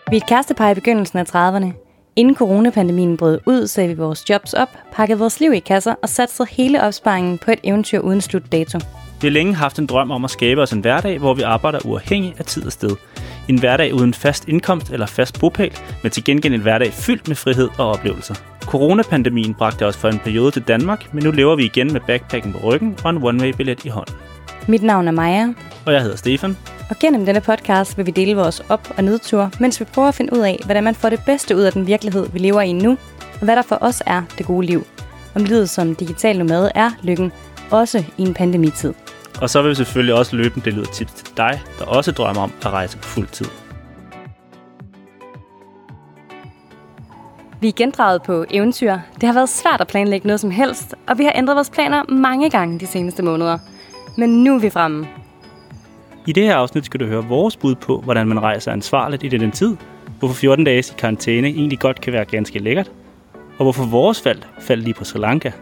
Vi er et kærestepar i begyndelsen af 30'erne. Inden coronapandemien brød ud, sagde vi vores jobs op, pakkede vores liv i kasser og satsede hele opsparingen på et eventyr uden slutdato. Vi har længe haft en drøm om at skabe os en hverdag, hvor vi arbejder uafhængigt af tid og sted. En hverdag uden fast indkomst eller fast bopæl, men til gengæld en hverdag fyldt med frihed og oplevelser. Coronapandemien bragte os for en periode til Danmark, men nu lever vi igen med backpacken på ryggen og en one-way-billet i hånden. Mit navn er Maja. Og jeg hedder Stefan. Og gennem denne podcast vil vi dele vores op- og nedture, mens vi prøver at finde ud af, hvordan man får det bedste ud af den virkelighed, vi lever i nu, og hvad der for os er det gode liv. Om livet som digital nomade er lykken, også i en pandemitid. Og så vil vi selvfølgelig også løbende dele ud af tips til dig, der også drømmer om at rejse på fuld tid. Vi er gendraget på eventyr. Det har været svært at planlægge noget som helst, og vi har ændret vores planer mange gange de seneste måneder. Men nu er vi fremme. I det her afsnit skal du høre vores bud på, hvordan man rejser ansvarligt i den tid, hvorfor 14 dages i karantæne egentlig godt kan være ganske lækkert, og hvorfor vores faldt lige på Sri Lanka.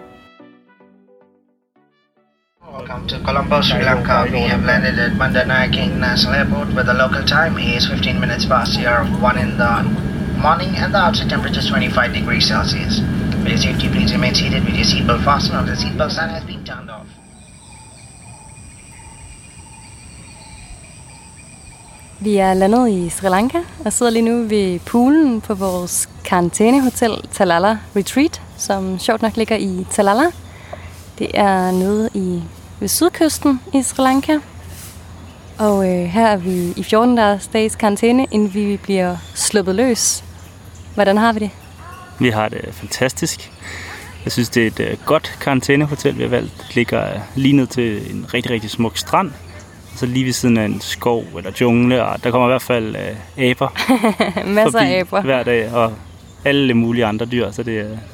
Welcome to Colombo, Sri Lanka. We have landed at Bandaranaike International Airport where the local time is 15 minutes past the hour of 1 in the morning and the outside temperature is 25 degrees Celsius. For your safety, please remain seated with your seatbelt fastened until the seatbelt sign has been turned off. Vi er landet i Sri Lanka og sidder lige nu ved poolen på vores karantænehotel Talala Retreat, som sjovt nok ligger i Talala. Det er nede ved sydkysten i Sri Lanka. Og her er vi i 14 dages karantæne, inden vi bliver sluppet løs. Hvordan har vi det? Vi har det fantastisk. Jeg synes, det er et godt karantænehotel, vi har valgt. Det ligger lige ned til en rigtig, rigtig smuk strand. Så lige ved siden af en skov eller jungle, og der kommer i hvert fald aber masser af aber hver dag, og alle mulige andre dyr, så det er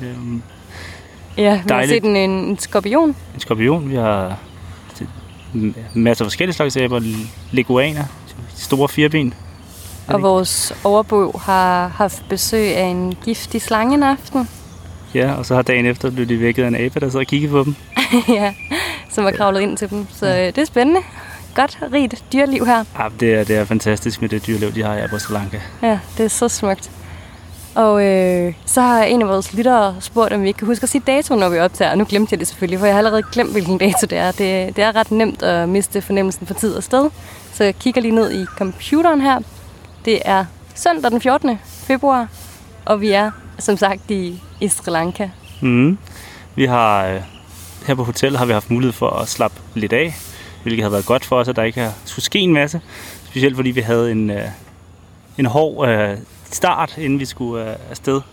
ja, vi har set en skorpion. En skorpion, vi har masser af forskellige slags aber, leguaner, store fireben. Og vores overbo har haft besøg af en giftig slange en aften. Ja, og så har dagen efter blevet de vækket af en abe, der så og kiggede på dem. Ja, som var kravlet ind til dem, så det er spændende. Godt, rigt dyreliv her. Ja, det er fantastisk med det dyreliv, de har her på Sri Lanka. Ja, det er så smukt. Og så har en af vores lyttere spurgt, om vi ikke kan huske at sige datoen, når vi optager. Og nu glemte jeg det selvfølgelig, for jeg har allerede glemt, hvilken dato det er. Det er ret nemt at miste fornemmelsen for tid og sted. Så jeg kigger lige ned i computeren her. Det er søndag den 14. februar, og vi er, som sagt, i Sri Lanka. Vi har her på hotellet har vi haft mulighed for at slappe lidt af, hvilket har været godt for os, at der ikke har skulle ske en masse. Specielt fordi vi havde en hård start, inden vi skulle afsted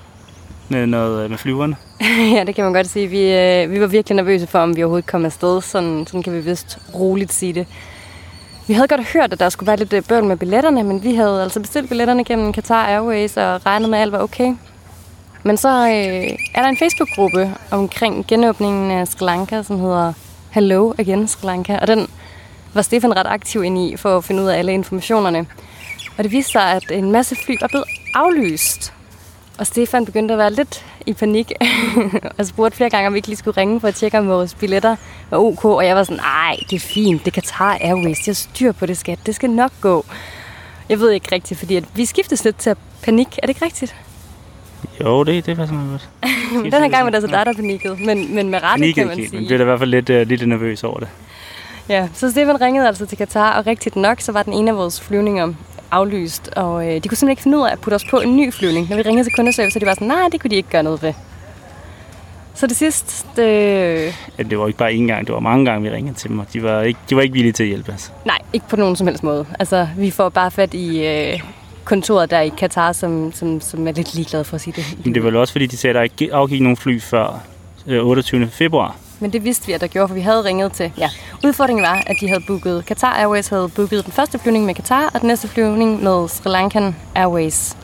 med flyverne. Ja, det kan man godt sige. Vi var virkelig nervøse for, om vi overhovedet kom afsted. Sådan kan vi vist roligt sige det. Vi havde godt hørt, at der skulle være lidt bøvl med billetterne, men vi havde altså bestilt billetterne gennem Qatar Airways og regnet med, at alt var okay. Men så er der en Facebook-gruppe omkring genåbningen af Sri Lanka, som hedder Hello Again Sri Lanka, og den var Stefan ret aktiv ind i for at finde ud af alle informationerne. Og det viste sig, at en masse fly var blevet aflyst. Og Stefan begyndte at være lidt i panik og spurgte flere gange, om vi ikke lige skulle ringe for at tjekke, om vores billetter var ok. Og jeg var sådan, nej, det er fint, det kan Qatar Airways, jeg styr på det, skat, det skal nok gå. Jeg ved ikke rigtigt, fordi at vi skiftes lidt til panik, er det ikke rigtigt? Jo, det var sådan godt. Den her gang var det altså dig, der panikkede, men med rette kan man sige. Men blev da i hvert fald lidt nervøs over det. Ja, så Stefan ringede altså til Qatar, og rigtigt nok, så var den ene af vores flyvninger aflyst, og de kunne simpelthen ikke finde ud af at putte os på en ny flyvning. Når vi ringede til kundeservice, så de var sådan, nej, det kunne de ikke gøre noget ved. Så det sidste... Ja, det var ikke bare én gang, det var mange gange, vi ringede til dem, og de var ikke villige til at hjælpe os. Nej, ikke på nogen som helst måde. Altså, vi får bare fat i kontoret der i Qatar, som er lidt ligeglade for at sige det. Men det var jo også, fordi de sagde, at der ikke afgik nogen fly før 28. februar. Men det vidste vi, at der gjorde, for vi havde ringet til. Ja. Udfordringen var, at de havde booket, Qatar Airways havde booket den første flyvning med Qatar, og den næste flyvning med Sri Lankan Airways.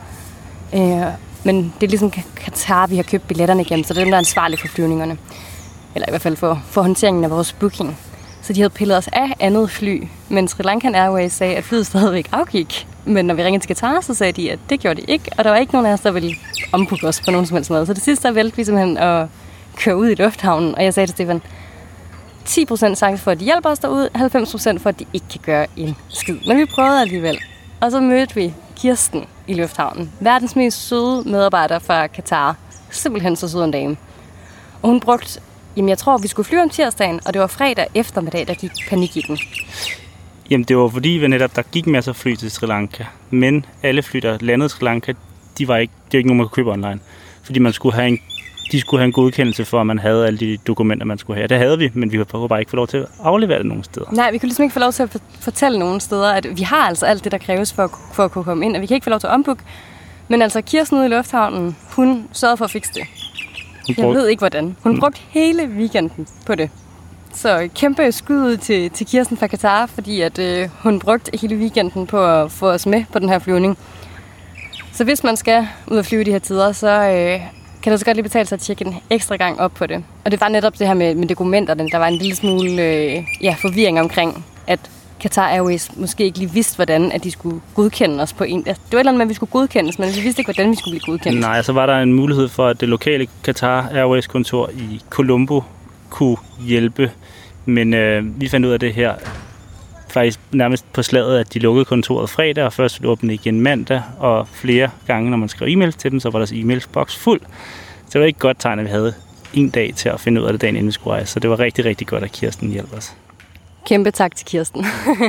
Men det er ligesom Qatar, vi har købt billetterne igennem, så det er dem, der er ansvarlige for flyvningerne. Eller i hvert fald for håndteringen af vores booking. Så de havde pillet os af andet fly, men Sri Lankan Airways sagde, at flyet stadigvæk afgik. Men når vi ringede til Qatar, så sagde de, at det gjorde de ikke, og der var ikke nogen af os, der ville ombooke os på nogen som helst måde. Så det sidste, der valgte vi simpelthen at køre ud i lufthavnen, og jeg sagde til Stefan, 10% chance for, at de hjælper os derude, 90% for, at de ikke kan gøre en skid. Men vi prøvede alligevel. Og så mødte vi Kirsten i lufthavnen. Verdens mest søde medarbejder fra Qatar. Simpelthen så sød en dame. Og hun brugte, jeg tror, vi skulle flyve om tirsdagen, og det var fredag eftermiddag, der gik panik i den. Jamen, det var fordi, vi netop, der gik masser af fly til Sri Lanka, men alle fly, der landede i Sri Lanka, det var ikke nogen, man kunne købe online. Fordi de skulle have en godkendelse for, at man havde alle de dokumenter, man skulle have. Det havde vi, men vi kunne bare ikke få lov til at aflevere det nogen steder. Nej, vi kunne ligesom ikke få lov til at fortælle nogen steder, at vi har altså alt det, der kræves for at kunne komme ind, og vi kan ikke få lov til at ombooke. Men altså, Kirsten ude i lufthavnen, hun sørgede for at fikse det. Jeg ved ikke, hvordan. Hun brugte hele weekenden på det. Så kæmpe skud til Kirsten fra Qatar, fordi at, hun brugte hele weekenden på at få os med på den her flyvning. Så hvis man skal ud og flyve de her tider, så kan det så godt lige betale sig at tjekke en ekstra gang op på det. Og det var netop det her med dokumenterne. Der var en lille smule forvirring omkring, at Qatar Airways måske ikke lige vidste, hvordan at de skulle godkende os på en. Det var et eller andet med, at vi skulle godkendes, men vi vidste ikke, hvordan vi skulle blive godkendt. Nej, så var der en mulighed for, at det lokale Qatar Airways kontor i Colombo kunne hjælpe. Men vi fandt ud af det her faktisk nærmest på slaget, at de lukkede kontoret fredag, og først åbnede igen mandag, og flere gange, når man skrev e-mails til dem, så var deres e-mailsboks fuld. Så det var ikke godt tegn, at vi havde en dag til at finde ud af det dagen, inden vi skulle rejse. Så det var rigtig, rigtig godt, at Kirsten hjalp os. Kæmpe tak til Kirsten.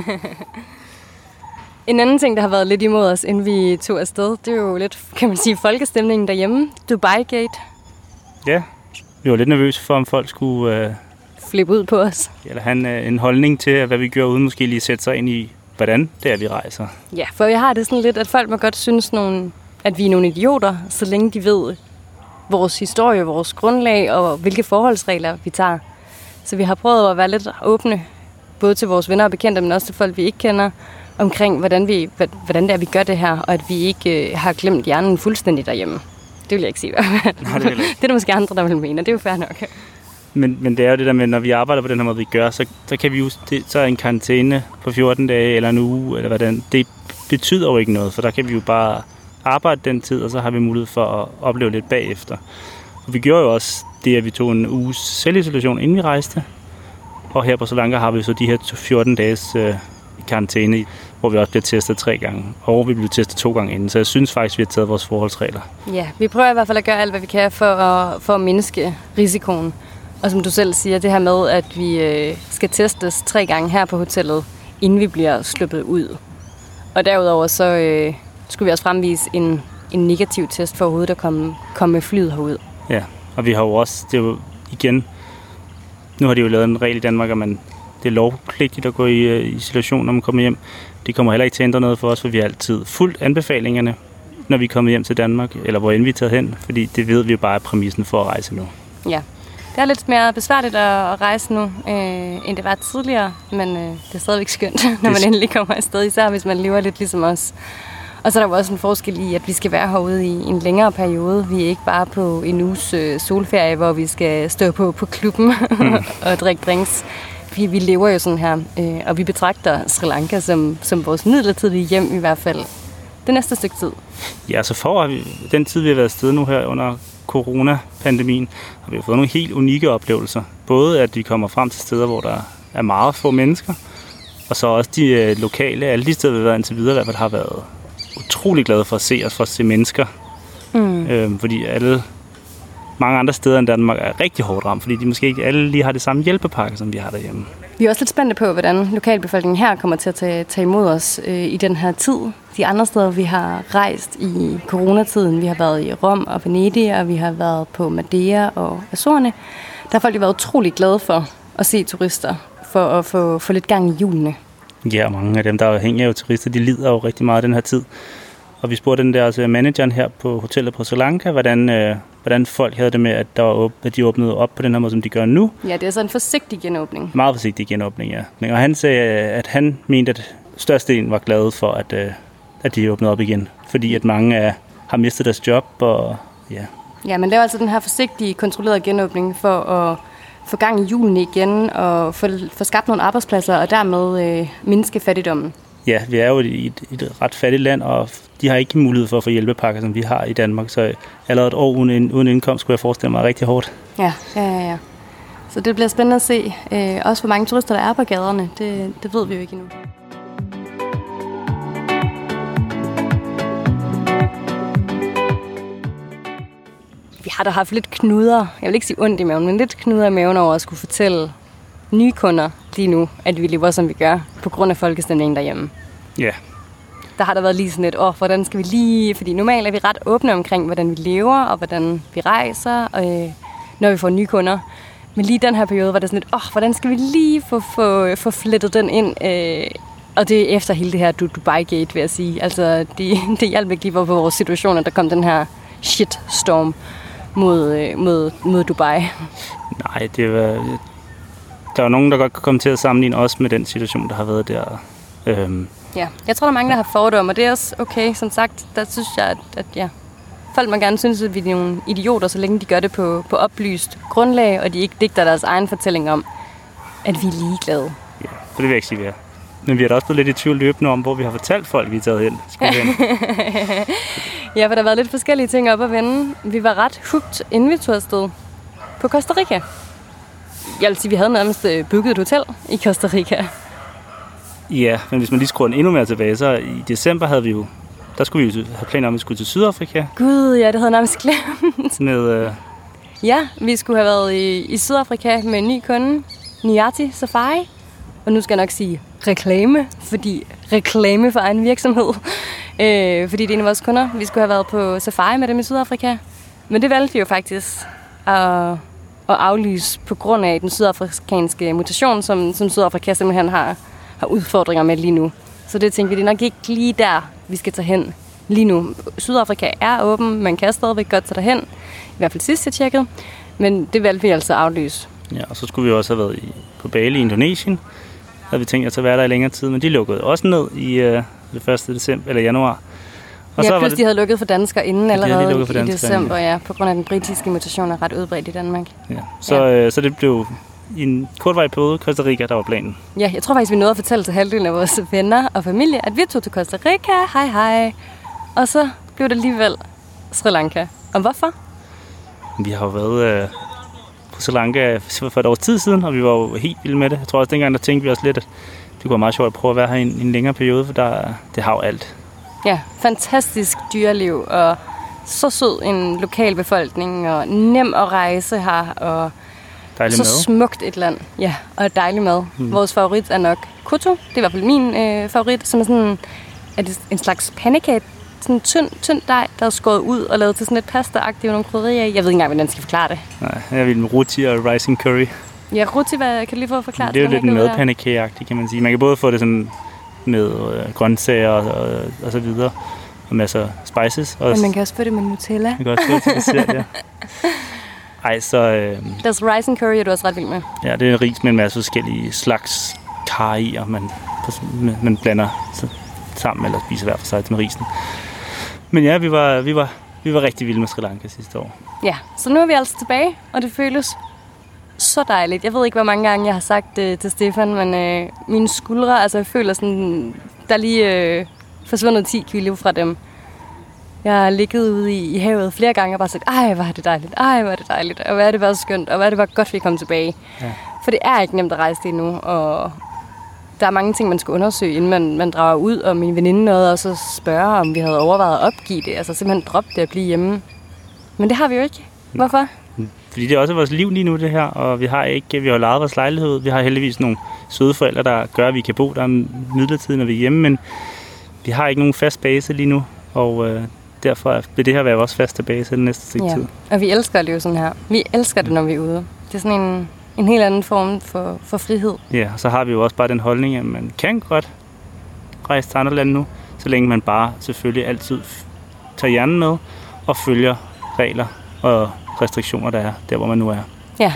En anden ting, der har været lidt imod os, inden vi tog afsted, det er jo lidt, kan man sige, folkestemningen derhjemme. Dubai Gate. Ja, vi var lidt nervøse for, om folk skulle flippe ud på os. Eller have en holdning til, hvad vi gør, uden måske lige sætte sig ind i, hvordan det er, vi rejser. Ja, for jeg har det sådan lidt, at folk må godt synes, at vi er nogle idioter, så længe de ved vores historie, vores grundlag og hvilke forholdsregler vi tager. Så vi har prøvet at være lidt åbne, både til vores venner og bekendte, men også til folk, vi ikke kender, omkring, hvordan det er, vi gør det her, og at vi ikke har glemt hjernen fuldstændig derhjemme. Det vil jeg ikke sige. Det er der måske andre, der vil mene, det er jo fair nok. Men det er jo det der med, når vi arbejder på den her måde, vi gør, så kan vi jo, så er en karantæne på 14 dage eller en uge, eller hvordan, det betyder jo ikke noget, for der kan vi jo bare arbejde den tid, og så har vi mulighed for at opleve lidt bagefter. Og vi gjorde jo også det, at vi tog en uges selvisolation, inden vi rejste. Og her på Sri Lanka har vi så de her 14 dages karantæne, hvor vi også bliver testet 3 gange, og vi bliver testet 2 gange inden. Så jeg synes faktisk, vi har taget vores forholdsregler. Ja, vi prøver i hvert fald at gøre alt, hvad vi kan for at mindske risikoen. Og som du selv siger, det her med, at vi skal testes 3 gange her på hotellet, inden vi bliver sluppet ud. Og derudover så skulle vi også fremvise en negativ test for overhovedet at komme med flyet herud. Ja, og vi har jo også, det er jo igen, nu har de jo lavet en regel i Danmark, at det er lovpligtigt at gå i isolation, når man kommer hjem. Det kommer heller ikke til at ændre noget for os, for vi har altid fulgt anbefalingerne, når vi er kommet hjem til Danmark, eller hvor end vi er taget hen, fordi det ved vi jo bare er præmissen for at rejse nu. Ja. Det er lidt mere besværligt at rejse nu, end det var tidligere, men det er stadigvæk skønt, når man endelig kommer afsted, især hvis man lever lidt ligesom os. Og så er der jo også en forskel i, at vi skal være herude i en længere periode. Vi er ikke bare på en uges solferie, hvor vi skal stå på klubben og drikke drinks. Vi lever jo sådan her, og vi betragter Sri Lanka som vores midlertidige hjem i hvert fald det næste stykke tid. Ja, så for den tid, vi har været afsted nu her under coronapandemien, har vi fået nogle helt unikke oplevelser. Både at vi kommer frem til steder, hvor der er meget få mennesker, og så også de lokale, alle de steder, vi har været indtil videre, i hvert fald har været utrolig glade for at se os, for at se mennesker. Fordi mange andre steder end Danmark er rigtig hårdt ramt, fordi de måske ikke alle lige har det samme hjælpepakke, som vi har derhjemme. Vi er også lidt spændte på, hvordan lokalbefolkningen her kommer til at tage imod os i den her tid. De andre steder, vi har rejst i coronatiden, vi har været i Rom og Venedig, og vi har været på Madeira og Azorerne, der har folk været utrolig glade for at se turister, for at få lidt gang i hjulene. Ja, mange af dem, der er afhængige af turister, de lider jo rigtig meget den her tid. Og vi spurgte den der manageren her på hotellet på Sri Lanka, hvordan folk havde det med, at de åbnede op på den her måde, som de gør nu. Ja, det er så en forsigtig genåbning. Meget forsigtig genåbning, ja. Og han sagde, at han mente, at størstedelen var glade for, at de åbnede op igen. Fordi at mange har mistet deres job, og ja. Ja, man laver altså den her forsigtige, kontrollerede genåbning for at få gang i hjulene igen, og få skabt nogle arbejdspladser, og dermed mindske fattigdommen. Ja, vi er jo i et ret fattigt land, og de har ikke mulighed for at få hjælpepakker, som vi har i Danmark. Så allerede et år uden indkomst, skulle jeg forestille mig, rigtig hårdt. Ja. Så det bliver spændende at se. Også hvor mange turister, der er på gaderne. Det ved vi jo ikke endnu. jeg har da haft lidt knuder, jeg vil ikke sige ondt i maven, men lidt knuder i maven over at skulle fortælle nye kunder lige nu, at vi lever, som vi gør, på grund af folkestemningen derhjemme. Ja. Yeah. Der har der været lige sådan lidt, hvordan skal vi lige... Fordi normalt er vi ret åbne omkring, hvordan vi lever, og hvordan vi rejser, når vi får nye kunder. Men lige den her periode var det sådan lidt, hvordan skal vi lige få flettet den ind? Og det er efter hele det her Dubai-gate, vil jeg sige. Altså, det hjalp ikke lige på vores situation, at der kom den her shitstorm mod Dubai. Nej, der var nogen, der godt kan komme til at sammenligne os med den situation, der har været der. Ja, jeg tror, der er mange, der har fordomme, og det er også okay. Som sagt, der synes jeg, at folk må gerne synes, at vi er nogle idioter, så længe de gør det på oplyst grundlag, og de ikke digter deres egen fortælling om, at vi er ligeglade. Ja, for det vil jeg ikke sige, vi er. Men vi har da også blevet lidt i tvivl løbende om, hvor vi har fortalt folk, vi er taget hen. Ja, for der har været lidt forskellige ting op at vende. Vi var ret hooked, inden vi tog afsted på Costa Rica. Jeg vil sige, vi havde nærmest booket et hotel i Costa Rica. Ja, men hvis man lige skruer den endnu mere tilbage, så i december skulle vi jo have planer om, at vi skulle til Sydafrika. Gud, ja, det havde nærmest glemt. Med, Ja, vi skulle have været i Sydafrika med en ny kunde, Niati Safari. Og nu skal jeg nok sige reklame, fordi reklame for egen virksomhed. Fordi det er en af vores kunder. Vi skulle have været på safari med dem i Sydafrika. Men det valgte vi jo faktisk at aflyse på grund af den sydafrikanske mutation, som Sydafrika simpelthen har udfordringer med lige nu. Så det tænkte vi, det er nok ikke lige der, vi skal tage hen lige nu. Sydafrika er åben, man kan stadigvæk godt tage derhen. I hvert fald sidst jeg tjekkede. Men det valgte vi altså at aflyse. Ja, og så skulle vi jo også have været på Bali i Indonesien. Der havde vi tænkt os at være der i længere tid, men de lukkede også ned i det 1. december eller januar. Og ja, så plus de havde lukket for danskere inden allerede for i december, ja, på grund af den britiske mutation er ret udbredt i Danmark. Ja. Så det blev i en kortvarig periode Costa Rica, der var planen. Ja, jeg tror faktisk, vi nåede at fortælle til halvdelen af vores venner og familie, at vi tog til Costa Rica, hej. Og så blev det alligevel Sri Lanka. Og hvorfor? Vi har jo været på Sri Lanka for et års tid siden, og vi var jo helt vilde med det. Jeg tror også, dengang der tænkte vi også lidt, at det kunne være meget sjovt at prøve at være her i en længere periode, for det har jo alt. Ja, fantastisk dyreliv, og så sød en lokal befolkning, og nem at rejse her, og dejlig så mad. Smukt et land. Ja, og dejlig mad. Vores favorit er nok Koto. Det er i hvert fald min favorit, som er sådan en slags pandekage. Sådan en tynd dej, der er skåret ud og lavet til sådan et pasta-agtigt og nogle krydderier. Jeg ved ikke engang, hvordan jeg skal forklare det. Nej, jeg vil med roti og rice and curry. Ja, roti, kan du lige få forklaret? Det er jo lidt en madpandekage-agtigt, kan man sige. Man kan både få det sådan med grøntsager og så videre, og masser af spices. Og man kan også få det med Nutella. Man kan også få det til dessert, ja. Ej, så... Deres rice and curry er du også ret vild med. Ja, det er ris med en masse forskellige slags karrier, man blander sammen eller spiser hver for sig med risen. Men ja, vi var rigtig vilde med Sri Lanka sidste år. Ja, så nu er vi altså tilbage, og det føles så dejligt. Jeg ved ikke, hvor mange gange jeg har sagt det til Stefan, men mine skuldre, altså jeg føler sådan, der er lige forsvundet 10 kilo fra dem. Jeg har ligget ude i havet flere gange og bare sagt, ej, hvor er det dejligt, og hvor er det bare skønt, og hvor er det bare godt, vi er kommet tilbage. Ja. For det er ikke nemt at rejse det endnu, og der er mange ting, man skal undersøge, inden man drager ud, og min veninde nåede også at spørge, om vi havde overvejet at opgive det, altså simpelthen droppe det at blive hjemme. Men det har vi jo ikke. Hvorfor? Fordi det er også vores liv lige nu, det her, og vi har lejet vores lejlighed. Vi har heldigvis nogle søde forældre, der gør, at vi kan bo der midlertidigt, når vi er hjemme, men vi har ikke nogen fast base lige nu, og derfor vil det her være vores faste base den næste stykke tid. Og vi elsker det jo sådan her. Vi elsker det, når vi er ude. Det er sådan en helt anden form for frihed. Ja, og så har vi jo også bare den holdning, at man kan godt rejse til andre lande nu, så længe man bare selvfølgelig altid tager hjernen med og følger regler og restriktioner, der er der, hvor man nu er. Ja.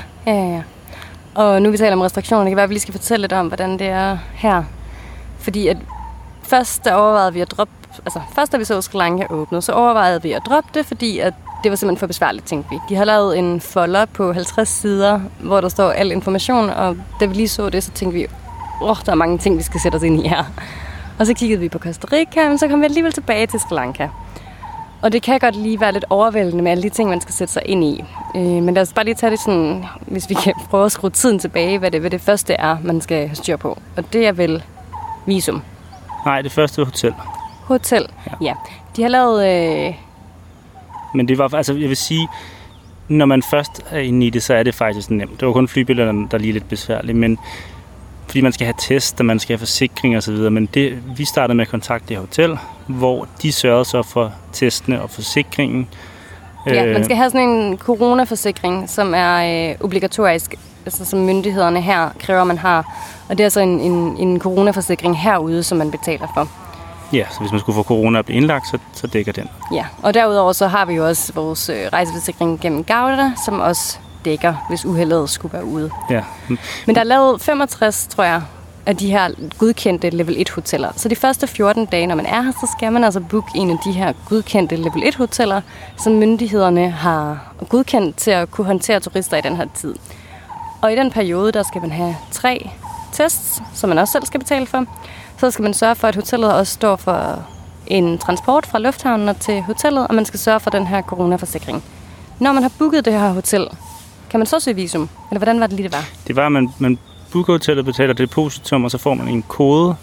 Og nu vi taler om restriktioner, det kan være, at vi lige skal fortælle lidt om, hvordan det er her. Fordi at først overvejede vi at droppe, altså først da vi så Sri Lanka åbnet, så overvejede vi at droppe det, fordi at det var simpelthen for besværligt, tænkte vi. De har lavet en folder på 50 sider, hvor der står al information, og da vi lige så det, så tænkte vi, der er mange ting, vi skal sætte os ind i her. Og så kiggede vi på Costa Rica, men så kom vi alligevel tilbage til Sri Lanka. Og det kan godt lige være lidt overvældende med alle de ting, man skal sætte sig ind i. Men lad os bare lige tage det sådan, hvis vi kan prøve at skrue tiden tilbage, hvad det første er, man skal have styr på. Og det er vel visum. Nej, det første er hotel. Hotel, ja. De har lavet... Men det var, altså jeg vil sige, når man først er inde i det, så er det faktisk nemt. Det var kun flybilletterne, der er lige lidt besværligt, men fordi man skal have test, og man skal have forsikring og så videre. Men vi startede med at kontakte det hotel, hvor de sørgede så for testene og forsikringen. Ja, man skal have sådan en coronaforsikring, som er obligatorisk, altså som myndighederne her kræver, man har. Og det er så en coronaforsikring herude, som man betaler for. Ja, så hvis man skulle få corona og blive indlagt, så dækker den. Ja, og derudover så har vi jo også vores rejseforsikring gennem Gauda, som også dækker, hvis uheldet skulle være ude. Ja. Men der er lavet 65, tror jeg, af de her godkendte level 1-hoteller. Så de første 14 dage, når man er her, så skal man altså booke en af de her godkendte level 1-hoteller, som myndighederne har godkendt til at kunne håndtere turister i den her tid. Og i den periode, der skal man have 3 tests, som man også selv skal betale for. Så skal man sørge for, at hotellet også står for en transport fra lufthavnen til hotellet, og man skal sørge for den her coronaforsikring. Når man har booket det her hotel, kan man så søge visum? Eller hvordan var det lige, det var? Det var, at man booker hotellet, betaler depositum, og så får man en kode,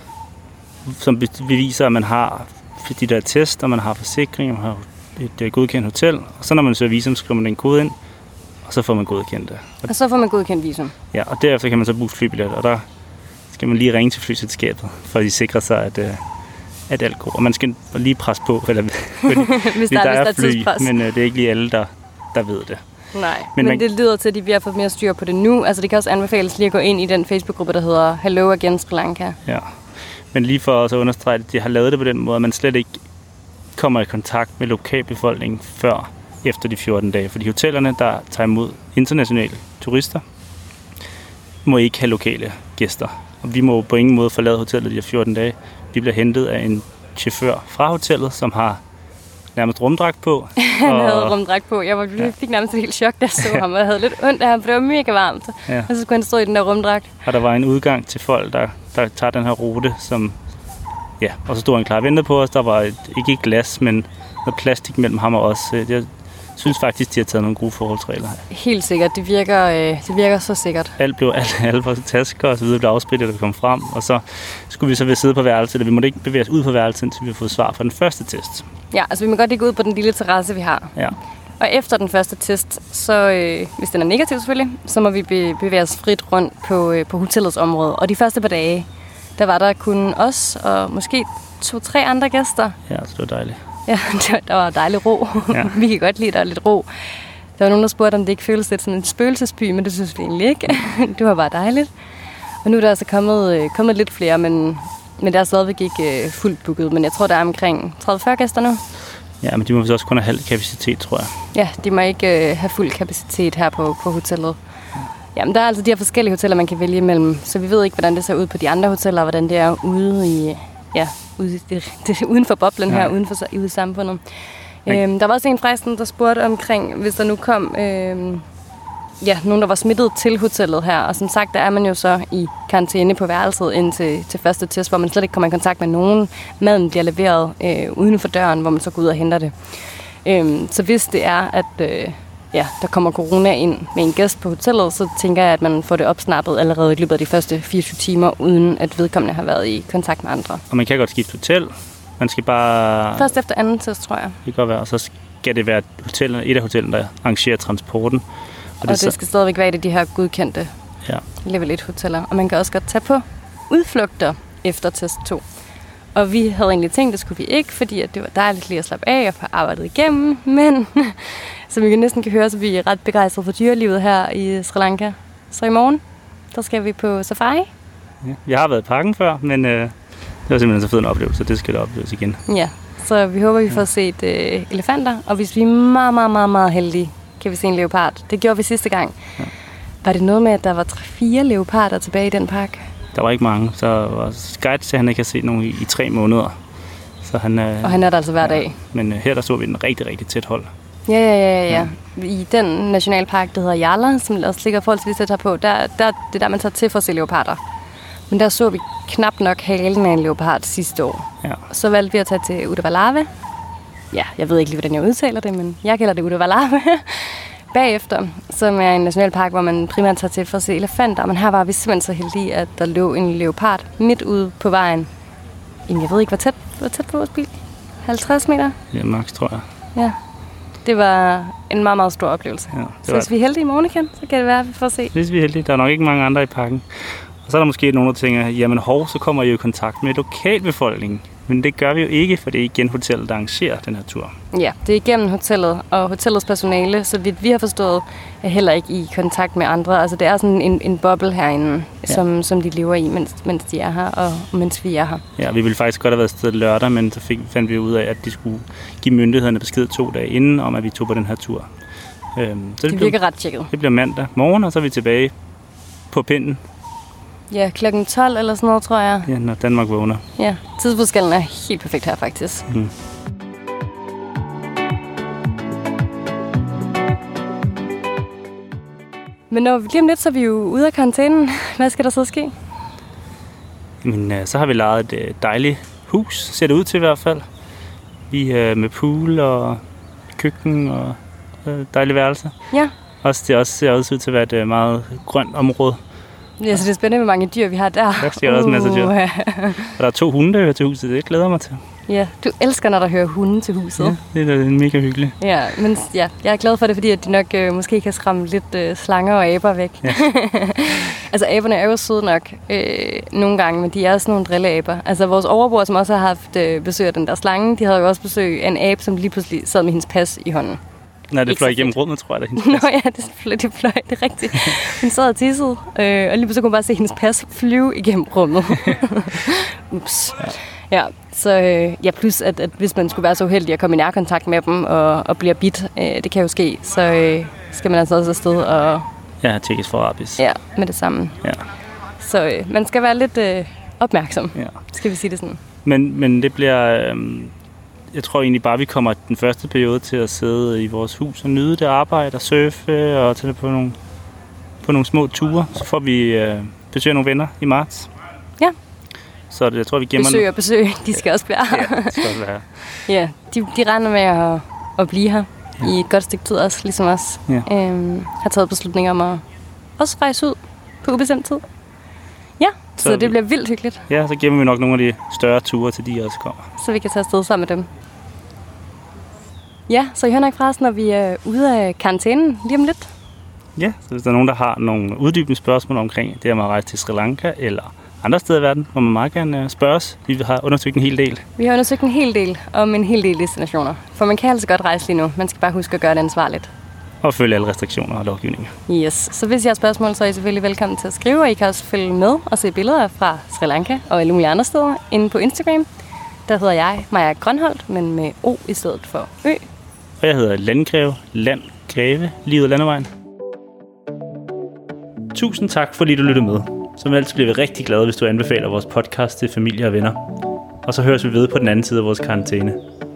som beviser, at man har de der test, og man har forsikring, og man har et godkendt hotel. Og så når man søger visum, skriver man en kode ind, og så får man godkendt det. Og så får man godkendt visum? Ja, og derefter kan man så booke flybilletter, og der skal man lige ringe til flyselskabet, for at de sikrer sig, at alt går. Og man skal lige presse på, eller, hvis der er fly, men det er ikke lige alle, der ved det. Nej, men det lyder til, at de vil have fået mere styr på det nu. Altså det kan også anbefales lige at gå ind i den Facebook-gruppe, der hedder Hello Again Sri Lanka. Ja, men lige for at understrege, at de har lavet det på den måde, at man slet ikke kommer i kontakt med lokalbefolkningen før efter de 14 dage. Fordi hotellerne, der tager imod internationale turister, må ikke have lokale gæster. Og vi må på ingen måde forlade hotellet de her 14 dage. Vi bliver hentet af en chauffør fra hotellet, som har nærmest rumdragt på. Han havde rumdragt på. Jeg fik nærmest et helt chok, da jeg så ham, og jeg havde lidt ondt af ham, for det var mega varmt. Ja. Og så skulle han stå i den der rumdragt. Og der var en udgang til folk, der tager den her rute, som... Ja, og så stod han klar og ventede på os. Der var ikke et glas, men noget plastik mellem ham og os. Jeg synes faktisk, de har taget nogle gode forholdsregler her. Helt sikkert. Det virker så sikkert. Alle vores tasker og så videre blev afsprittet, da vi kom frem. Og så skulle vi så sidde på værelset, og vi måtte ikke bevæge os ud på værelset, indtil vi har fået svar fra den første test. Ja, altså vi må godt ikke gå ud på den lille terrasse, vi har. Ja. Og efter den første test, så hvis den er negativ selvfølgelig, så må vi bevæge os frit rundt på hotellets område. Og de første par dage, der var der kun os og måske 2-3 andre gæster. Ja, så det var dejligt. Ja, der var dejlig ro. Ja. Vi kan godt lide, at der er lidt ro. Der var nogen, der spurgte, om det ikke føles lidt som en spøgelsesby, men det synes vi egentlig ikke. Det var bare dejligt. Og nu er der altså kommet lidt flere, men der er stadigvæk ikke fuldt booket. Men jeg tror, der er omkring 30-40 gæster nu. Ja, men de må også kun have halv kapacitet, tror jeg. Ja, de må ikke have fuld kapacitet her på hotellet. Jamen, der er altså de her forskellige hoteller, man kan vælge imellem. Så vi ved ikke, hvordan det ser ud på de andre hoteller, og hvordan det er ude i... Ja, uden for boblen her, ude i samfundet. Der var også en forresten, der spurgte omkring, hvis der nu kom nogen, der var smittet til hotellet her. Og som sagt, der er man jo så i karantæne på værelset indtil første test, hvor man slet ikke kommer i kontakt med nogen. Maden bliver leveret uden for døren, hvor man så går ud og henter det. Så hvis det er, at der kommer corona ind med en gæst på hotellet, så tænker jeg, at man får det opsnappet allerede i løbet af de første 24 timer, uden at vedkommende har været i kontakt med andre. Og man kan godt skifte hotel. Man skal bare... Først efter anden test, tror jeg. Det kan godt være, og så skal det være et af hotellerne, der arrangerer transporten. Og det skal stadigvæk være et af de her godkendte level 1-hoteller. Og man kan også godt tage på udflugter efter test 2. Og vi havde egentlig tænkt, det skulle vi ikke, fordi at det var dejligt lige at slappe af og få arbejdet igennem. Men som vi næsten kan høre, så er vi ret begejstrede for dyrelivet her i Sri Lanka. Så i morgen, der skal vi på safari. Ja, jeg har været i parken før, men det var simpelthen så fed en oplevelse, det skal da opleves igen. Ja, så vi håber, vi får set elefanter. Og hvis vi er meget, meget, meget, meget heldige, kan vi se en leopard. Det gjorde vi sidste gang. Ja. Var det noget med, at der var 3-4 leoparder tilbage i den park? Der var ikke mange, så var guide til, at han ikke har set nogen i 3 måneder. Så han er der altså hver dag. Men her der så vi en rigtig, rigtig tæt hold. Ja. I den nationalpark, der hedder Yala, som også ligger forholdsvis tæt herpå, det er der, man tager til for at se leoparder. Men der så vi knap nok halen af en leopard sidste år. Ja. Så valgte vi at tage til Udavalave. Ja, jeg ved ikke lige, hvordan jeg udtaler det, men jeg kalder det Udavalave. Bagefter, som er en nationalpark, hvor man primært tager til for at se elefanter. Men her var vi simpelthen så heldige, at der lå en leopard midt ude på vejen. Jeg ved ikke, hvor tæt på vores bil. 50 meter? Ja, max, tror jeg. Ja. det var en meget, meget stor oplevelse. Ja, så hvis vi er heldige i morgen igen, så kan det være, at vi får se. Hvis vi er heldige. Der er nok ikke mange andre i parken. Og så er der måske nogen, der tænker, jamen så kommer I jo i kontakt med lokalbefolkningen. Men det gør vi jo ikke, for det er igen hotellet, der arrangerer den her tur. Ja, det er igennem hotellet, og hotellets personale, så vidt vi har forstået, er heller ikke i kontakt med andre. Altså det er sådan en boble herinde, som de lever i, mens de er her, og mens vi er her. Ja, vi ville faktisk godt have været sted lørdag, men så fandt vi ud af, at de skulle give myndighederne besked 2 dage inden, om at vi tog på den her tur. Så det virker ret tjekket. Det bliver mandag morgen, og så er vi tilbage på pinden. Ja, klokken 12 eller sådan noget, tror jeg. Ja, når Danmark vågner. Ja, tidsforskellen er helt perfekt her, faktisk. Mm. Men når lige om lidt, så er vi jo ude af karantænen. Hvad skal der så ske? Men så har vi lejet et dejligt hus, ser det ud til i hvert fald. Vi med pool og køkken og dejlige værelser. Ja. Det ser også ud til at være et meget grønt område. Ja, så det er spændende, hvor mange dyr vi har der. Der sker også en masse dyr. Og der er 2 hunde, der hører til huset. Det glæder mig til. Ja, du elsker, når der hører hunde til huset. Ja, det er mega hyggeligt. Ja, men jeg er glad for det, fordi at de nok måske kan skræmme lidt slanger og aber væk. Ja. Altså, aberne er jo søde nok nogle gange, men de er også nogle drilleaber. Altså, vores overbror, som også har haft besøg af den der slange, de havde jo også besøg af en abe, som lige pludselig sad med hendes pas i hånden. Nej, det fløj igennem rummet, tror jeg, Nå ja, det fløj, det er rigtigt. Hun sad og tissede, og lige pludselig kunne man bare se hendes pas flyve igennem rummet. Ups. Ja, så plus at hvis man skulle være så uheldig at komme i nærkontakt med dem og bliver bidt, det kan jo ske, så skal man altså også afsted og... Ja, tjekkes for rabies. Ja, med det samme. Ja. Så man skal være lidt opmærksom, skal vi sige det sådan. Men det bliver... Jeg tror egentlig bare, vi kommer den første periode til at sidde i vores hus og nyde det arbejde og surfe og tage på nogle små ture. Så får vi besøge nogle venner i marts. Ja. Så jeg tror, vi gemmer... Besøg. De skal også blive her. Ja, de skal også være her. Ja, de regner med at blive her i et godt stykke tid også, ligesom os. Ja. Har taget beslutninger om at også rejse ud på ubestemt tid. Ja, så det bliver vildt hyggeligt. Ja, så gemmer vi nok nogle af de større ture, til de også kommer. Så vi kan tage afsted sammen med dem. Ja, så I hører nok fra os, når vi er ude af karantænen lige om lidt. Ja, så hvis der er nogen, der har nogle uddybende spørgsmål omkring det med at rejse til Sri Lanka eller andre steder i verden, må man meget gerne spørge os. Vi har undersøgt en hel del. Vi har undersøgt en hel del om en hel del destinationer. For man kan altså godt rejse lige nu. Man skal bare huske at gøre det ansvarligt. Og følge alle restriktioner og lovgivninger. Yes, så hvis I har spørgsmål, så er I selvfølgelig velkommen til at skrive, og I kan også følge med og se billeder fra Sri Lanka og alle mulige andre steder inde på Instagram. Der hedder jeg Maja Grønholdt, men med O i stedet for Ø. Og jeg hedder Landgreve, livet landevejen. Tusind tak, fordi du lyttede med. Som altid bliver vi rigtig glade, hvis du anbefaler vores podcast til familie og venner. Og så høres vi ved på den anden side af vores karantæne.